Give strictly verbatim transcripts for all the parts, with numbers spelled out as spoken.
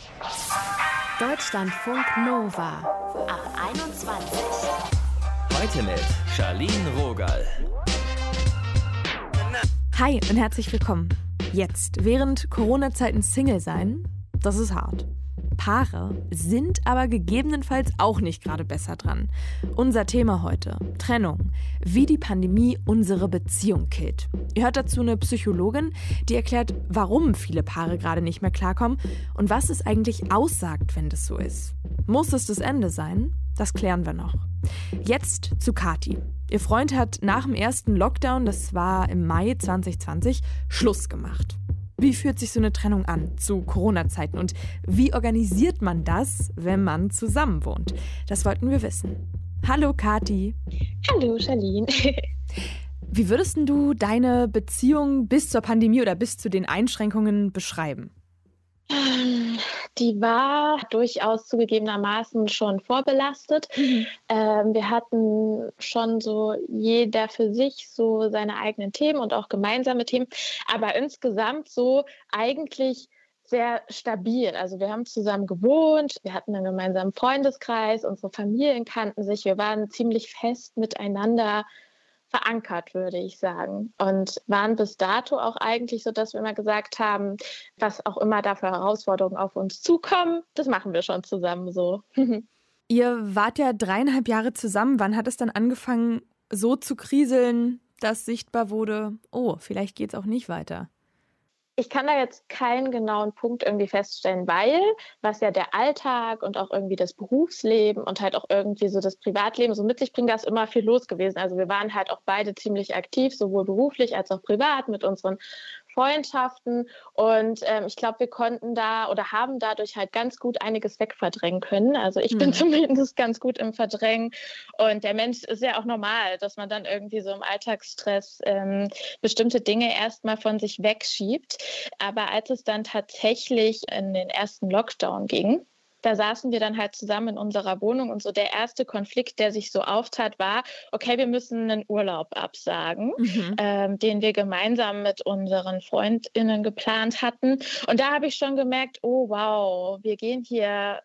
Deutschlandfunk Nova ab einundzwanzig. Heute mit Charlene Rogal. Hi und herzlich willkommen. Jetzt, während Corona-Zeiten Single sein, das ist hart. Paare sind aber gegebenenfalls auch nicht gerade besser dran. Unser Thema heute: Trennung. Wie die Pandemie unsere Beziehung killt. Ihr hört dazu eine Psychologin, die erklärt, warum viele Paare gerade nicht mehr klarkommen und was es eigentlich aussagt, wenn das so ist. Muss es das Ende sein? Das klären wir noch. Jetzt zu Kathi. Ihr Freund hat nach dem ersten Lockdown, das war im Mai zwanzig zwanzig, Schluss gemacht. Wie fühlt sich so eine Trennung an zu Corona-Zeiten und wie organisiert man das, wenn man zusammen wohnt? Das wollten wir wissen. Hallo Kathi. Hallo Charlene. Wie würdest du deine Beziehung bis zur Pandemie oder bis zu den Einschränkungen beschreiben? Die war durchaus zugegebenermaßen schon vorbelastet. Mhm. Ähm, wir hatten schon so jeder für sich so seine eigenen Themen und auch gemeinsame Themen, aber insgesamt so eigentlich sehr stabil. Also wir haben zusammen gewohnt, wir hatten einen gemeinsamen Freundeskreis, unsere Familien kannten sich, wir waren ziemlich fest miteinander verankert, würde ich sagen. Und waren bis dato auch eigentlich so, dass wir immer gesagt haben, was auch immer da für Herausforderungen auf uns zukommen, das machen wir schon zusammen so. Ihr wart ja dreieinhalb Jahre zusammen. Wann hat es dann angefangen, so zu kriseln, dass sichtbar wurde, oh, vielleicht geht es auch nicht weiter? Ich kann da jetzt keinen genauen Punkt irgendwie feststellen, weil was ja der Alltag und auch irgendwie das Berufsleben und halt auch irgendwie so das Privatleben so mit sich bringt, da ist immer viel los gewesen. Also wir waren halt auch beide ziemlich aktiv, sowohl beruflich als auch privat mit unseren Freundschaften und ähm, ich glaube, wir konnten da oder haben dadurch halt ganz gut einiges wegverdrängen können. Also ich mhm. bin zumindest ganz gut im Verdrängen und der Mensch ist ja auch normal, dass man dann irgendwie so im Alltagsstress ähm, bestimmte Dinge erstmal von sich wegschiebt. Aber als es dann tatsächlich in den ersten Lockdown ging, da saßen wir dann halt zusammen in unserer Wohnung und so der erste Konflikt, der sich so auftat, war, okay, wir müssen einen Urlaub absagen, mhm. ähm, den wir gemeinsam mit unseren FreundInnen geplant hatten. Und da habe ich schon gemerkt, oh wow, wir gehen hier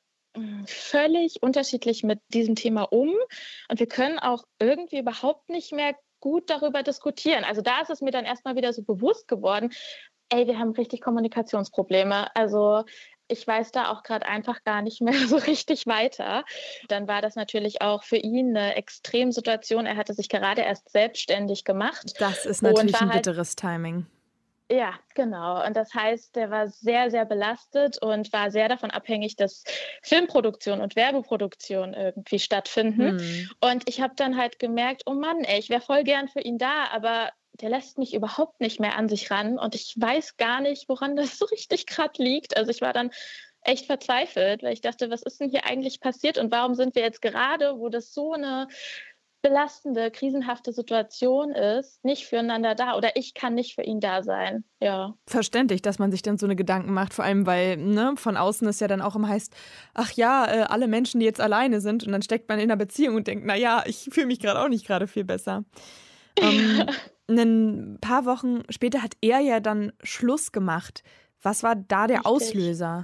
völlig unterschiedlich mit diesem Thema um und wir können auch irgendwie überhaupt nicht mehr gut darüber diskutieren. Also da ist es mir dann erstmal wieder so bewusst geworden, ey, wir haben richtig Kommunikationsprobleme. Also ich weiß da auch gerade einfach gar nicht mehr so richtig weiter. Dann war das natürlich auch für ihn eine Extremsituation. Er hatte sich gerade erst selbstständig gemacht. Das ist natürlich ein bitteres halt, Timing. Ja, genau. Und das heißt, der war sehr, sehr belastet und war sehr davon abhängig, dass Filmproduktion und Werbeproduktion irgendwie stattfinden. Hm. Und ich habe dann halt gemerkt, oh Mann, ey, ich wäre voll gern für ihn da, aber der lässt mich überhaupt nicht mehr an sich ran und ich weiß gar nicht, woran das so richtig gerade liegt. Also ich war dann echt verzweifelt, weil ich dachte, was ist denn hier eigentlich passiert und warum sind wir jetzt gerade, wo das so eine belastende, krisenhafte Situation ist, nicht füreinander da oder ich kann nicht für ihn da sein. Ja. Verständlich, dass man sich dann so eine Gedanken macht, vor allem, weil ne, von außen es ja dann auch immer heißt, ach ja, äh, alle Menschen, die jetzt alleine sind und dann steckt man in einer Beziehung und denkt, naja, ich fühle mich gerade auch nicht gerade viel besser. Ähm, ein paar Wochen später hat er ja dann Schluss gemacht. Was war da der Richtig. Auslöser?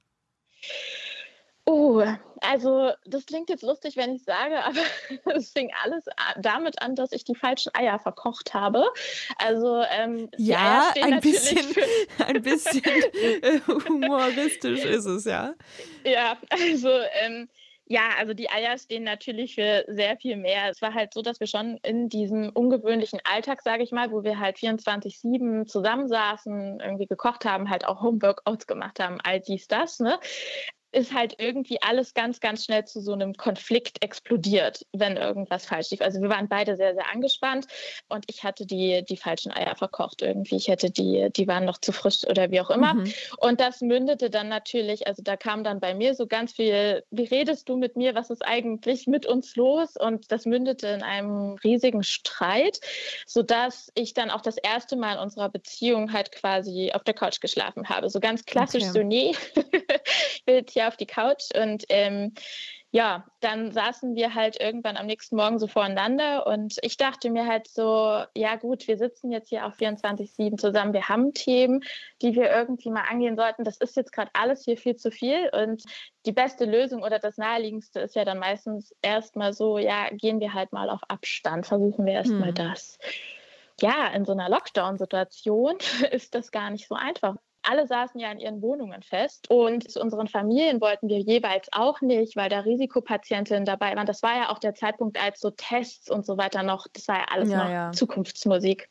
Oh, also das klingt jetzt lustig, wenn ich sage, aber es fing alles damit an, dass ich die falschen Eier verkocht habe. Also ähm, die ja, Eier ein bisschen, ein bisschen humoristisch ist es, ja. Ja, also ähm, Ja, also die Eier stehen natürlich für sehr viel mehr. Es war halt so, dass wir schon in diesem ungewöhnlichen Alltag, sage ich mal, wo wir halt vierundzwanzig sieben zusammensaßen, irgendwie gekocht haben, halt auch Homeworkouts gemacht haben, all dies, das, ne? Ist halt irgendwie alles ganz, ganz schnell zu so einem Konflikt explodiert, wenn irgendwas falsch lief. Also wir waren beide sehr, sehr angespannt und ich hatte die, die falschen Eier verkocht irgendwie. Ich hätte die, die waren noch zu frisch oder wie auch immer. Mhm. Und das mündete dann natürlich, also da kam dann bei mir so ganz viel, wie redest du mit mir, was ist eigentlich mit uns los? Und das mündete in einem riesigen Streit, sodass ich dann auch das erste Mal in unserer Beziehung halt quasi auf der Couch geschlafen habe. So ganz klassisch, okay. so nee, ich will jetzt hier auf die Couch und ähm, ja, dann saßen wir halt irgendwann am nächsten Morgen so voreinander und ich dachte mir halt so, ja gut, wir sitzen jetzt hier auch vierundzwanzig sieben zusammen, wir haben Themen, die wir irgendwie mal angehen sollten. Das ist jetzt gerade alles hier viel zu viel und die beste Lösung oder das Naheliegendste ist ja dann meistens erstmal so, ja, gehen wir halt mal auf Abstand, versuchen wir erstmal hm. das. Ja, in so einer Lockdown-Situation ist das gar nicht so einfach. Alle saßen ja in ihren Wohnungen fest und zu unseren Familien wollten wir jeweils auch nicht, weil da Risikopatientinnen dabei waren. Das war ja auch der Zeitpunkt, als so Tests und so weiter noch, das war ja alles ja, noch ja. Zukunftsmusik.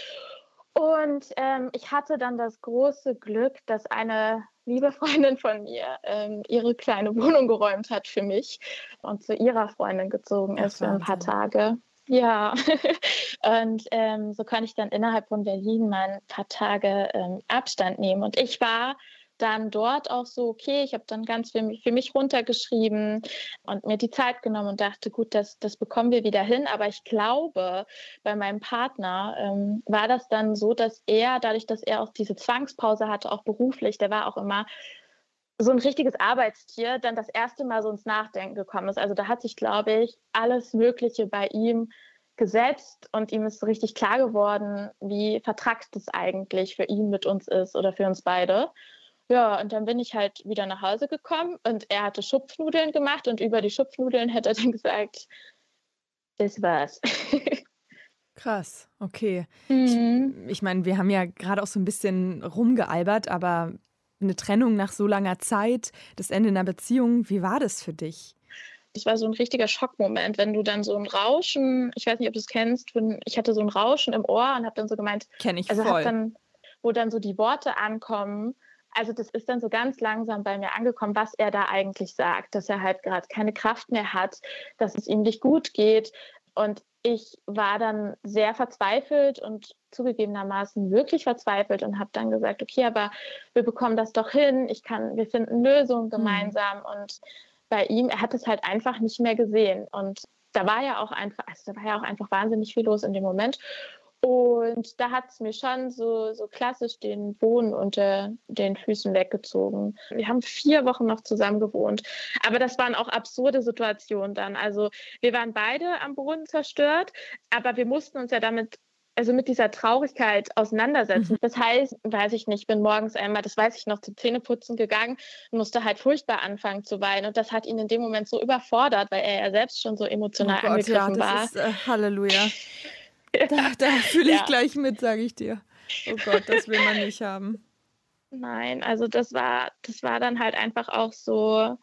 Und ähm, ich hatte dann das große Glück, dass eine liebe Freundin von mir ähm, ihre kleine Wohnung geräumt hat für mich und zu ihrer Freundin gezogen ist für ein paar Tage. Ja, und ähm, so konnte ich dann innerhalb von Berlin mal ein paar Tage ähm, Abstand nehmen. Und ich war dann dort auch so, okay, ich habe dann ganz für mich, für mich runtergeschrieben und mir die Zeit genommen und dachte, gut, das, das bekommen wir wieder hin. Aber ich glaube, bei meinem Partner ähm, war das dann so, dass er, dadurch, dass er auch diese Zwangspause hatte, auch beruflich, der war auch immer so ein richtiges Arbeitstier, dann das erste Mal so ins Nachdenken gekommen ist. Also da hat sich, glaube ich, alles Mögliche bei ihm gesetzt und ihm ist so richtig klar geworden, wie vertrackt es eigentlich für ihn mit uns ist oder für uns beide. Ja, und dann bin ich halt wieder nach Hause gekommen und er hatte Schupfnudeln gemacht und über die Schupfnudeln hätte er dann gesagt, das war's. Krass, okay. Mhm. Ich, ich meine, wir haben ja gerade auch so ein bisschen rumgealbert, aber eine Trennung nach so langer Zeit, das Ende einer Beziehung, wie war das für dich? Das war so ein richtiger Schockmoment, wenn du dann so ein Rauschen, ich weiß nicht, ob du es kennst, ich hatte so ein Rauschen im Ohr und habe dann so gemeint, kenn ich also voll. Dann, wo dann so die Worte ankommen, also das ist dann so ganz langsam bei mir angekommen, was er da eigentlich sagt, dass er halt gerade keine Kraft mehr hat, dass es ihm nicht gut geht und ich war dann sehr verzweifelt und zugegebenermaßen wirklich verzweifelt und habe dann gesagt, okay, aber wir bekommen das doch hin, ich kann, wir finden Lösungen gemeinsam mhm. und bei ihm, er hat es halt einfach nicht mehr gesehen und da war ja auch einfach, also da war ja auch einfach wahnsinnig viel los in dem Moment und da hat es mir schon so, so klassisch den Boden unter den Füßen weggezogen. Wir haben vier Wochen noch zusammen gewohnt, aber das waren auch absurde Situationen dann. Also wir waren beide am Boden zerstört, aber wir mussten uns ja damit, also mit dieser Traurigkeit auseinandersetzen. Das heißt, weiß ich nicht, bin morgens einmal, das weiß ich noch, zum Zähneputzen gegangen und musste halt furchtbar anfangen zu weinen und das hat ihn in dem Moment so überfordert, weil er ja selbst schon so emotional oh Gott, angegriffen ja, das war. Ist, äh, Halleluja. Da, da fühle ich ja. gleich mit, sage ich dir. Oh Gott, das will man nicht haben. Nein, also das war, das war dann halt einfach auch so,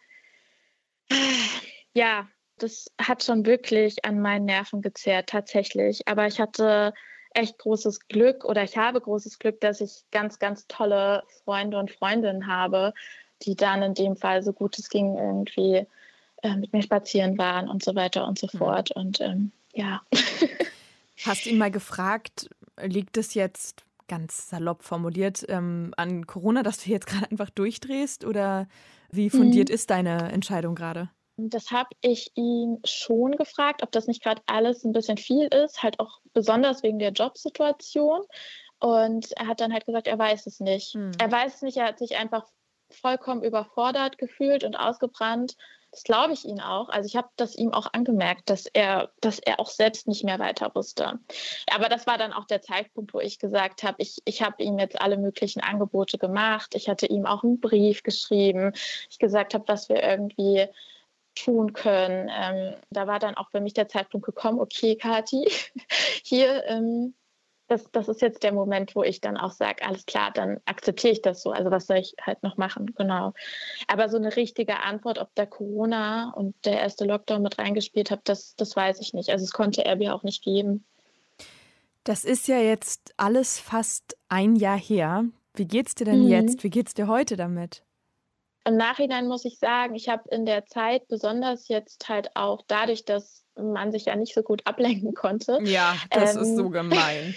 ja, das hat schon wirklich an meinen Nerven gezehrt, tatsächlich. Aber ich hatte echt großes Glück oder ich habe großes Glück, dass ich ganz, ganz tolle Freunde und Freundinnen habe, die dann in dem Fall, so gut es ging, irgendwie äh, mit mir spazieren waren und so weiter und so fort. Mhm. Und ähm, ja. Hast du ihn mal gefragt, liegt es jetzt, ganz salopp formuliert, ähm, an Corona, dass du jetzt gerade einfach durchdrehst? Oder wie fundiert mhm. ist deine Entscheidung gerade? Das habe ich ihn schon gefragt, ob das nicht gerade alles ein bisschen viel ist, halt auch besonders wegen der Jobsituation. Und er hat dann halt gesagt, er weiß es nicht. Mhm. Er weiß es nicht, er hat sich einfach vollkommen überfordert gefühlt und ausgebrannt. Das glaube ich ihm auch. Also ich habe das ihm auch angemerkt, dass er, dass er auch selbst nicht mehr weiter wusste. Aber das war dann auch der Zeitpunkt, wo ich gesagt habe, ich, ich habe ihm jetzt alle möglichen Angebote gemacht. Ich hatte ihm auch einen Brief geschrieben. Ich gesagt habe, was wir irgendwie tun können. Ähm, da war dann auch für mich der Zeitpunkt gekommen, okay, Kathi, hier, ähm, das, das ist jetzt der Moment, wo ich dann auch sage, alles klar, dann akzeptiere ich das so. Also was soll ich halt noch machen? Genau. Aber so eine richtige Antwort, ob da Corona und der erste Lockdown mit reingespielt hat, das, das weiß ich nicht. Also das konnte er mir auch nicht geben. Das ist ja jetzt alles fast ein Jahr her. Wie geht's dir denn mhm. jetzt? Wie geht's dir heute damit? Im Nachhinein muss ich sagen, ich habe in der Zeit, besonders jetzt halt auch dadurch, dass man sich ja nicht so gut ablenken konnte. Ja, das ähm, ist so gemein.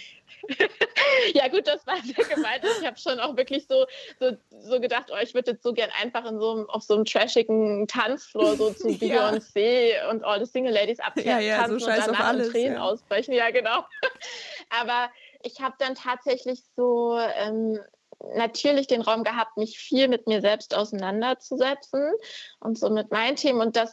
Ja gut, das war sehr gemeint. Ich habe schon auch wirklich so, so, so gedacht, oh, ich würde jetzt so gern einfach in so einem, auf so einem trashigen Tanzfloor so zu Beyoncé ja. und All the Single Ladies abtanzen ja, ja, so und danach alles, in Tränen ja. ausbrechen. Ja, genau. Aber ich habe dann tatsächlich so ähm, natürlich den Raum gehabt, mich viel mit mir selbst auseinanderzusetzen und so mit meinen Themen. Und das,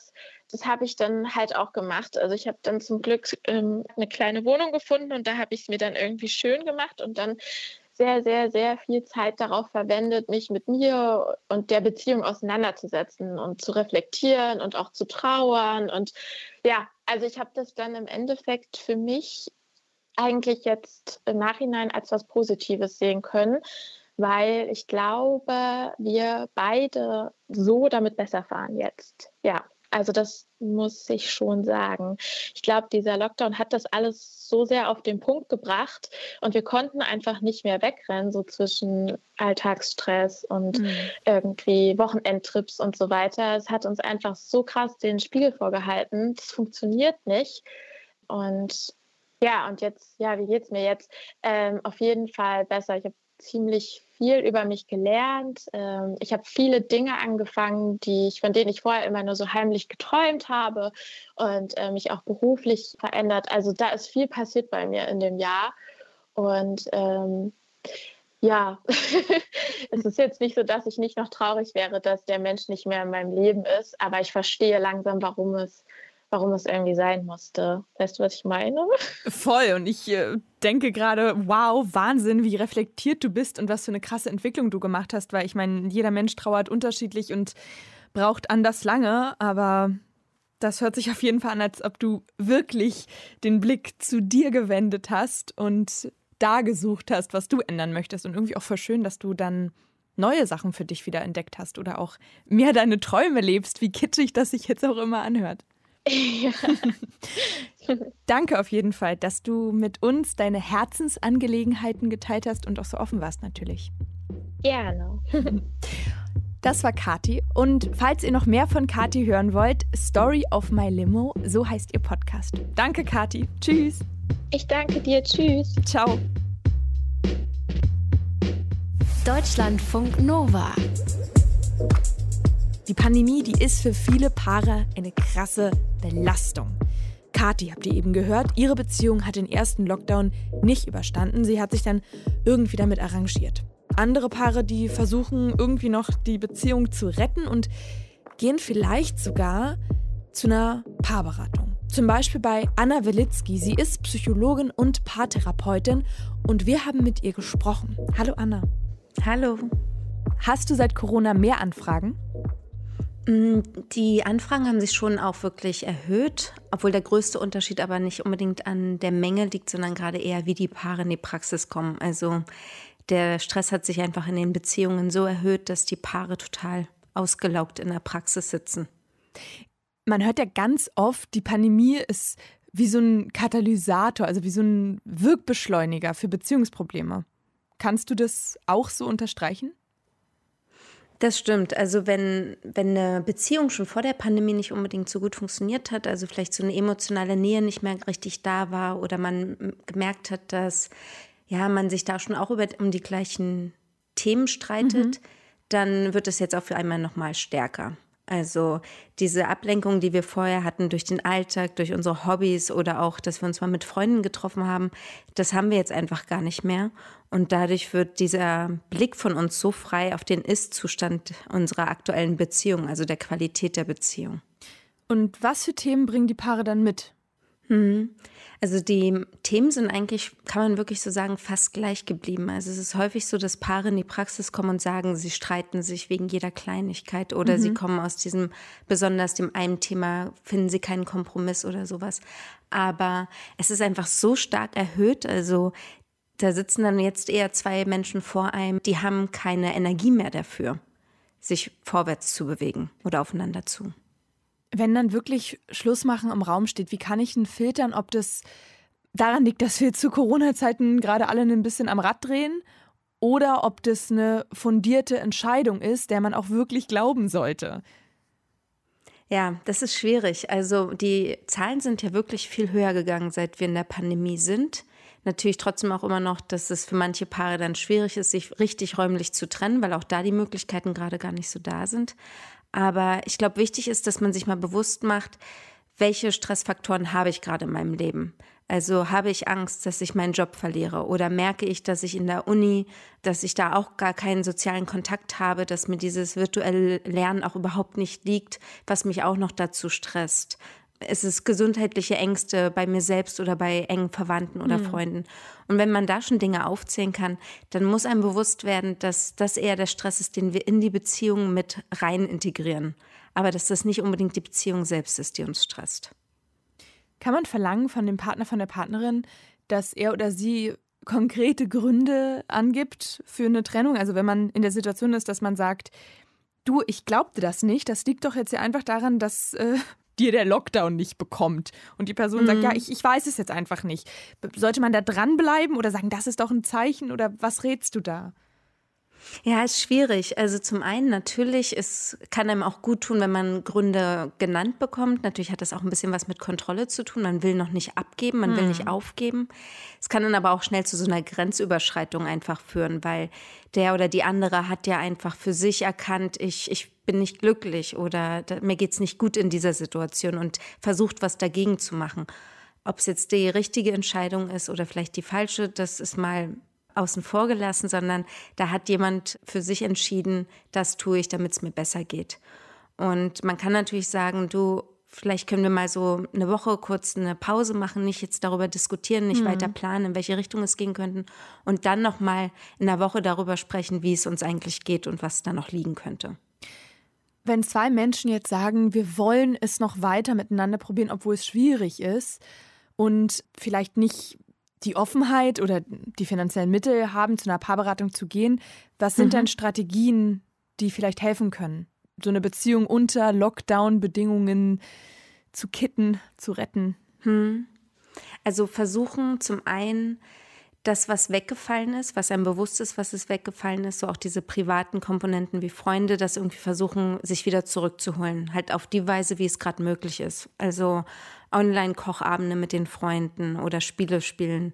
das habe ich dann halt auch gemacht. Also ich habe dann zum Glück ähm, eine kleine Wohnung gefunden und da habe ich es mir dann irgendwie schön gemacht und dann sehr, sehr, sehr viel Zeit darauf verwendet, mich mit mir und der Beziehung auseinanderzusetzen und zu reflektieren und auch zu trauern. Und ja, also ich habe das dann im Endeffekt für mich eigentlich jetzt im Nachhinein als was Positives sehen können, weil ich glaube, wir beide so damit besser fahren jetzt. Ja. Also das muss ich schon sagen. Ich glaube, dieser Lockdown hat das alles so sehr auf den Punkt gebracht und wir konnten einfach nicht mehr wegrennen, so zwischen Alltagsstress und mhm. irgendwie Wochenendtrips und so weiter. Es hat uns einfach so krass den Spiegel vorgehalten. Das funktioniert nicht. Und ja, und jetzt, ja, wie geht's mir jetzt? Ähm, auf jeden Fall besser. Ich habe ziemlich viel über mich gelernt. Ähm, ich habe viele Dinge angefangen, die ich, von denen ich vorher immer nur so heimlich geträumt habe und äh, mich auch beruflich verändert. Also da ist viel passiert bei mir in dem Jahr. Und ähm, ja, es ist jetzt nicht so, dass ich nicht noch traurig wäre, dass der Mensch nicht mehr in meinem Leben ist, aber ich verstehe langsam, warum es warum es irgendwie sein musste. Weißt du, was ich meine? Voll. Und ich äh, denke gerade, wow, Wahnsinn, wie reflektiert du bist und was für eine krasse Entwicklung du gemacht hast. Weil ich meine, jeder Mensch trauert unterschiedlich und braucht anders lange. Aber das hört sich auf jeden Fall an, als ob du wirklich den Blick zu dir gewendet hast und da gesucht hast, was du ändern möchtest. Und irgendwie auch voll schön, dass du dann neue Sachen für dich wieder entdeckt hast oder auch mehr deine Träume lebst, wie kitschig das sich jetzt auch immer anhört. Ja. Danke auf jeden Fall, dass du mit uns deine Herzensangelegenheiten geteilt hast und auch so offen warst natürlich. Gerne. Das war Kathi und falls ihr noch mehr von Kathi hören wollt, Story of My Limo, so heißt ihr Podcast. Danke Kathi, tschüss. Ich danke dir, tschüss. Ciao. Deutschlandfunk Nova. Die Pandemie, die ist für viele Paare eine krasse Belastung. Kathi, habt ihr eben gehört, ihre Beziehung hat den ersten Lockdown nicht überstanden. Sie hat sich dann irgendwie damit arrangiert. Andere Paare, die versuchen irgendwie noch die Beziehung zu retten und gehen vielleicht sogar zu einer Paarberatung. Zum Beispiel bei Anna Welitzki. Sie ist Psychologin und Paartherapeutin und wir haben mit ihr gesprochen. Hallo Anna. Hallo. Hast du seit Corona mehr Anfragen? Die Anfragen haben sich schon auch wirklich erhöht, obwohl der größte Unterschied aber nicht unbedingt an der Menge liegt, sondern gerade eher, wie die Paare in die Praxis kommen. Also der Stress hat sich einfach in den Beziehungen so erhöht, dass die Paare total ausgelaugt in der Praxis sitzen. Man hört ja ganz oft, die Pandemie ist wie so ein Katalysator, also wie so ein Wirkbeschleuniger für Beziehungsprobleme. Kannst du das auch so unterstreichen? Das stimmt. Also wenn, wenn eine Beziehung schon vor der Pandemie nicht unbedingt so gut funktioniert hat, also vielleicht so eine emotionale Nähe nicht mehr richtig da war oder man gemerkt hat, dass ja, man sich da schon auch über, um die gleichen Themen streitet, mhm. dann wird es jetzt auch für einmal nochmal stärker. Also diese Ablenkung, die wir vorher hatten durch den Alltag, durch unsere Hobbys oder auch, dass wir uns mal mit Freunden getroffen haben, das haben wir jetzt einfach gar nicht mehr. Und dadurch wird dieser Blick von uns so frei auf den Ist-Zustand unserer aktuellen Beziehung, also der Qualität der Beziehung. Und was für Themen bringen die Paare dann mit? Mhm. Also die Themen sind eigentlich, kann man wirklich so sagen, fast gleich geblieben. Also es ist häufig so, dass Paare in die Praxis kommen und sagen, sie streiten sich wegen jeder Kleinigkeit oder mhm. sie kommen aus diesem, besonders dem einen Thema, finden sie keinen Kompromiss oder sowas. Aber es ist einfach so stark erhöht, also da sitzen dann jetzt eher zwei Menschen vor einem, die haben keine Energie mehr dafür, sich vorwärts zu bewegen oder aufeinander zu. Wenn dann wirklich Schluss machen im Raum steht, wie kann ich denn filtern, ob das daran liegt, dass wir zu Corona-Zeiten gerade alle ein bisschen am Rad drehen oder ob das eine fundierte Entscheidung ist, der man auch wirklich glauben sollte? Ja, das ist schwierig. Also die Zahlen sind ja wirklich viel höher gegangen, seit wir in der Pandemie sind. Natürlich trotzdem auch immer noch, dass es für manche Paare dann schwierig ist, sich richtig räumlich zu trennen, weil auch da die Möglichkeiten gerade gar nicht so da sind. Aber ich glaube, wichtig ist, dass man sich mal bewusst macht, welche Stressfaktoren habe ich gerade in meinem Leben. Also habe ich Angst, dass ich meinen Job verliere oder merke ich, dass ich in der Uni, dass ich da auch gar keinen sozialen Kontakt habe, dass mir dieses virtuelle Lernen auch überhaupt nicht liegt, was mich auch noch dazu stresst. Es ist gesundheitliche Ängste bei mir selbst oder bei engen Verwandten oder mhm. Freunden. Und wenn man da schon Dinge aufzählen kann, dann muss einem bewusst werden, dass das eher der Stress ist, den wir in die Beziehung mit rein integrieren. Aber dass das nicht unbedingt die Beziehung selbst ist, die uns stresst. Kann man verlangen von dem Partner, von der Partnerin, dass er oder sie konkrete Gründe angibt für eine Trennung? Also wenn man in der Situation ist, dass man sagt, du, ich glaubte das nicht, das liegt doch jetzt ja einfach daran, dass äh, dir der Lockdown nicht bekommt. Und die Person mhm. sagt, ja, ich, ich weiß es jetzt einfach nicht. Sollte man da dranbleiben oder sagen, das ist doch ein Zeichen oder was rätst du da? Ja, ist schwierig. Also zum einen natürlich, es kann einem auch gut tun, wenn man Gründe genannt bekommt. Natürlich hat das auch ein bisschen was mit Kontrolle zu tun. Man will noch nicht abgeben, man hm. will nicht aufgeben. Es kann dann aber auch schnell zu so einer Grenzüberschreitung einfach führen, weil der oder die andere hat ja einfach für sich erkannt, ich, ich bin nicht glücklich oder da, mir geht's nicht gut in dieser Situation und versucht, was dagegen zu machen. Ob es jetzt die richtige Entscheidung ist oder vielleicht die falsche, das ist mal außen vor gelassen, sondern da hat jemand für sich entschieden, das tue ich, damit es mir besser geht. Und man kann natürlich sagen, du, vielleicht können wir mal so eine Woche kurz eine Pause machen, nicht jetzt darüber diskutieren, nicht mhm. weiter planen, in welche Richtung es gehen könnte und dann nochmal in einer Woche darüber sprechen, wie es uns eigentlich geht und was da noch liegen könnte. Wenn zwei Menschen jetzt sagen, wir wollen es noch weiter miteinander probieren, obwohl es schwierig ist und vielleicht nicht die Offenheit oder die finanziellen Mittel haben, zu einer Paarberatung zu gehen. Was sind mhm. denn Strategien, die vielleicht helfen können, so eine Beziehung unter Lockdown-Bedingungen zu kitten, zu retten? Hm. Also versuchen zum einen, das, was weggefallen ist, was einem bewusst ist, was ist weggefallen ist, so auch diese privaten Komponenten wie Freunde, das irgendwie versuchen, sich wieder zurückzuholen. Halt auf die Weise, wie es gerade möglich ist. Also Online-Kochabende mit den Freunden oder Spiele spielen.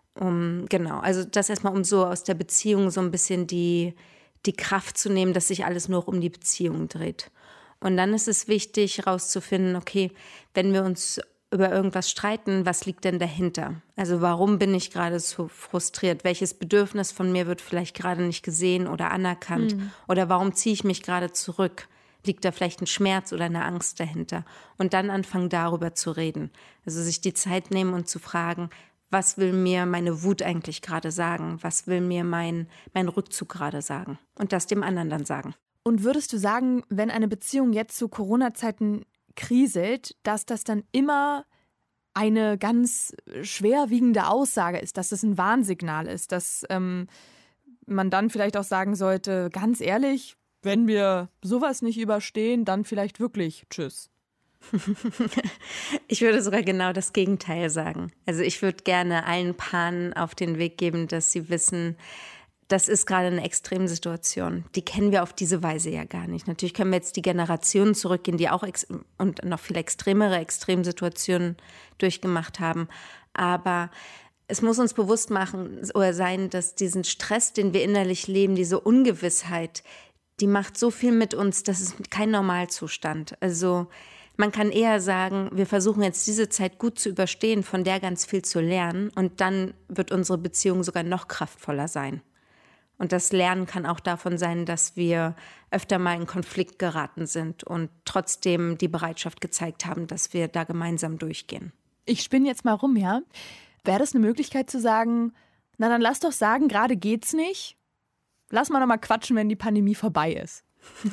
Um, genau, also das erstmal, um so aus der Beziehung so ein bisschen die, die Kraft zu nehmen, dass sich alles nur um die Beziehung dreht. Und dann ist es wichtig, herauszufinden, okay, wenn wir uns über irgendwas streiten, was liegt denn dahinter? Also warum bin ich gerade so frustriert? Welches Bedürfnis von mir wird vielleicht gerade nicht gesehen oder anerkannt? Mhm. Oder warum ziehe ich mich gerade zurück? Liegt da vielleicht ein Schmerz oder eine Angst dahinter? Und dann anfangen, darüber zu reden. Also sich die Zeit nehmen und zu fragen, was will mir meine Wut eigentlich gerade sagen? Was will mir mein, mein Rückzug gerade sagen? Und das dem anderen dann sagen. Und würdest du sagen, wenn eine Beziehung jetzt zu Corona-Zeiten kriselt, dass das dann immer eine ganz schwerwiegende Aussage ist, dass es ein Warnsignal ist, dass ähm, man dann vielleicht auch sagen sollte, ganz ehrlich, wenn wir sowas nicht überstehen, dann vielleicht wirklich tschüss. Ich würde sogar genau das Gegenteil sagen. Also ich würde gerne allen Paaren auf den Weg geben, dass sie wissen, das ist gerade eine Extremsituation. Die kennen wir auf diese Weise ja gar nicht. Natürlich können wir jetzt die Generationen zurückgehen, die auch ex- und noch viel extremere Extremsituationen durchgemacht haben. Aber es muss uns bewusst machen oder sein, dass diesen Stress, den wir innerlich leben, diese Ungewissheit, die macht so viel mit uns, das ist kein Normalzustand. Also man kann eher sagen, wir versuchen jetzt diese Zeit gut zu überstehen, von der ganz viel zu lernen und dann wird unsere Beziehung sogar noch kraftvoller sein. Und das Lernen kann auch davon sein, dass wir öfter mal in Konflikt geraten sind und trotzdem die Bereitschaft gezeigt haben, dass wir da gemeinsam durchgehen. Ich spinne jetzt mal rum, ja? Wäre das eine Möglichkeit zu sagen, na dann lass doch sagen, gerade geht's nicht. Lass mal noch mal quatschen, wenn die Pandemie vorbei ist.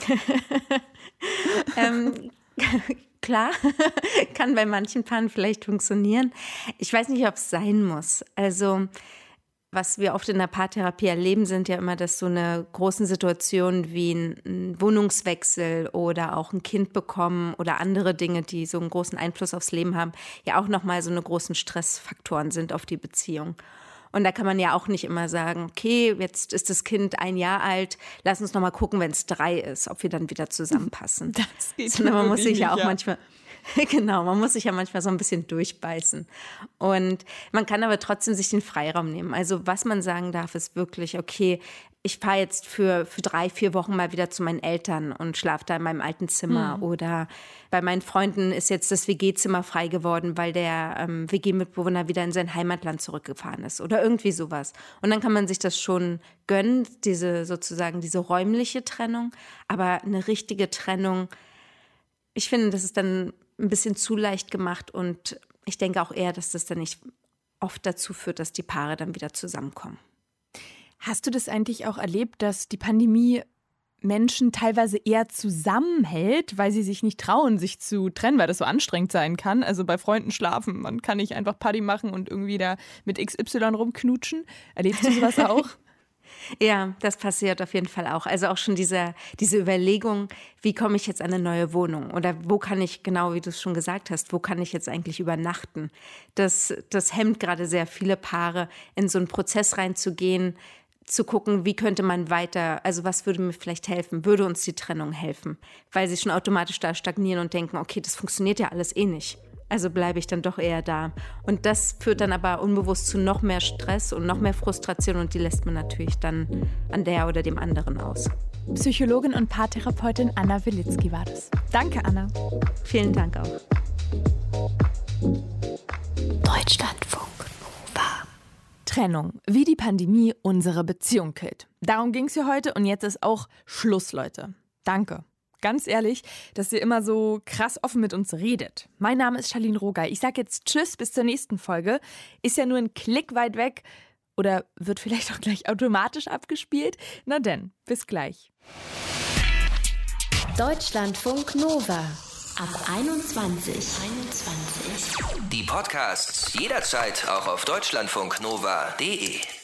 ähm, klar, kann bei manchen Paaren vielleicht funktionieren. Ich weiß nicht, ob es sein muss. Also was wir oft in der Paartherapie erleben, sind ja immer, dass so eine großen Situationen wie ein Wohnungswechsel oder auch ein Kind bekommen oder andere Dinge, die so einen großen Einfluss aufs Leben haben, ja auch nochmal so eine großen Stressfaktoren sind auf die Beziehung. Und da kann man ja auch nicht immer sagen, okay, jetzt ist das Kind ein Jahr alt, lass uns nochmal gucken, wenn es drei ist, ob wir dann wieder zusammenpassen. Das geht Sondern man muss sich ja auch ja. manchmal... Genau, man muss sich ja manchmal so ein bisschen durchbeißen. Und man kann aber trotzdem sich den Freiraum nehmen. Also was man sagen darf, ist wirklich, okay, ich fahre jetzt für, für drei, vier Wochen mal wieder zu meinen Eltern und schlafe da in meinem alten Zimmer. Mhm. Oder bei meinen Freunden ist jetzt das W G-Zimmer frei geworden, weil der ähm, W G-Mitbewohner wieder in sein Heimatland zurückgefahren ist oder irgendwie sowas. Und dann kann man sich das schon gönnen, diese sozusagen diese räumliche Trennung. Aber eine richtige Trennung, ich finde, das ist dann ein bisschen zu leicht gemacht und ich denke auch eher, dass das dann nicht oft dazu führt, dass die Paare dann wieder zusammenkommen. Hast du das eigentlich auch erlebt, dass die Pandemie Menschen teilweise eher zusammenhält, weil sie sich nicht trauen, sich zu trennen, weil das so anstrengend sein kann? Also bei Freunden schlafen, man kann nicht einfach Party machen und irgendwie da mit X Y rumknutschen. Erlebst du sowas auch? Ja, das passiert auf jeden Fall auch. Also auch schon diese, diese Überlegung, wie komme ich jetzt an eine neue Wohnung? Oder wo kann ich, genau wie du es schon gesagt hast, wo kann ich jetzt eigentlich übernachten? Das, das hemmt gerade sehr viele Paare, in so einen Prozess reinzugehen, zu gucken, wie könnte man weiter, also was würde mir vielleicht helfen, würde uns die Trennung helfen? Weil sie schon automatisch da stagnieren und denken, okay, das funktioniert ja alles eh nicht. Also bleibe ich dann doch eher da. Und das führt dann aber unbewusst zu noch mehr Stress und noch mehr Frustration und die lässt man natürlich dann an der oder dem anderen aus. Psychologin und Paartherapeutin Anna Wilitzki war das. Danke, Anna. Vielen Dank auch. Deutschlandfunk Nova. Trennung, wie die Pandemie unsere Beziehung killt. Darum ging es hier heute und jetzt ist auch Schluss, Leute. Danke. Ganz ehrlich, dass ihr immer so krass offen mit uns redet. Mein Name ist Charlene Rogal. Ich sage jetzt Tschüss, bis zur nächsten Folge. Ist ja nur ein Klick weit weg. Oder wird vielleicht auch gleich automatisch abgespielt? Na denn, bis gleich. Deutschlandfunk Nova. Ab einundzwanzig. einundzwanzig. Die Podcasts jederzeit auch auf deutschlandfunknova punkt de.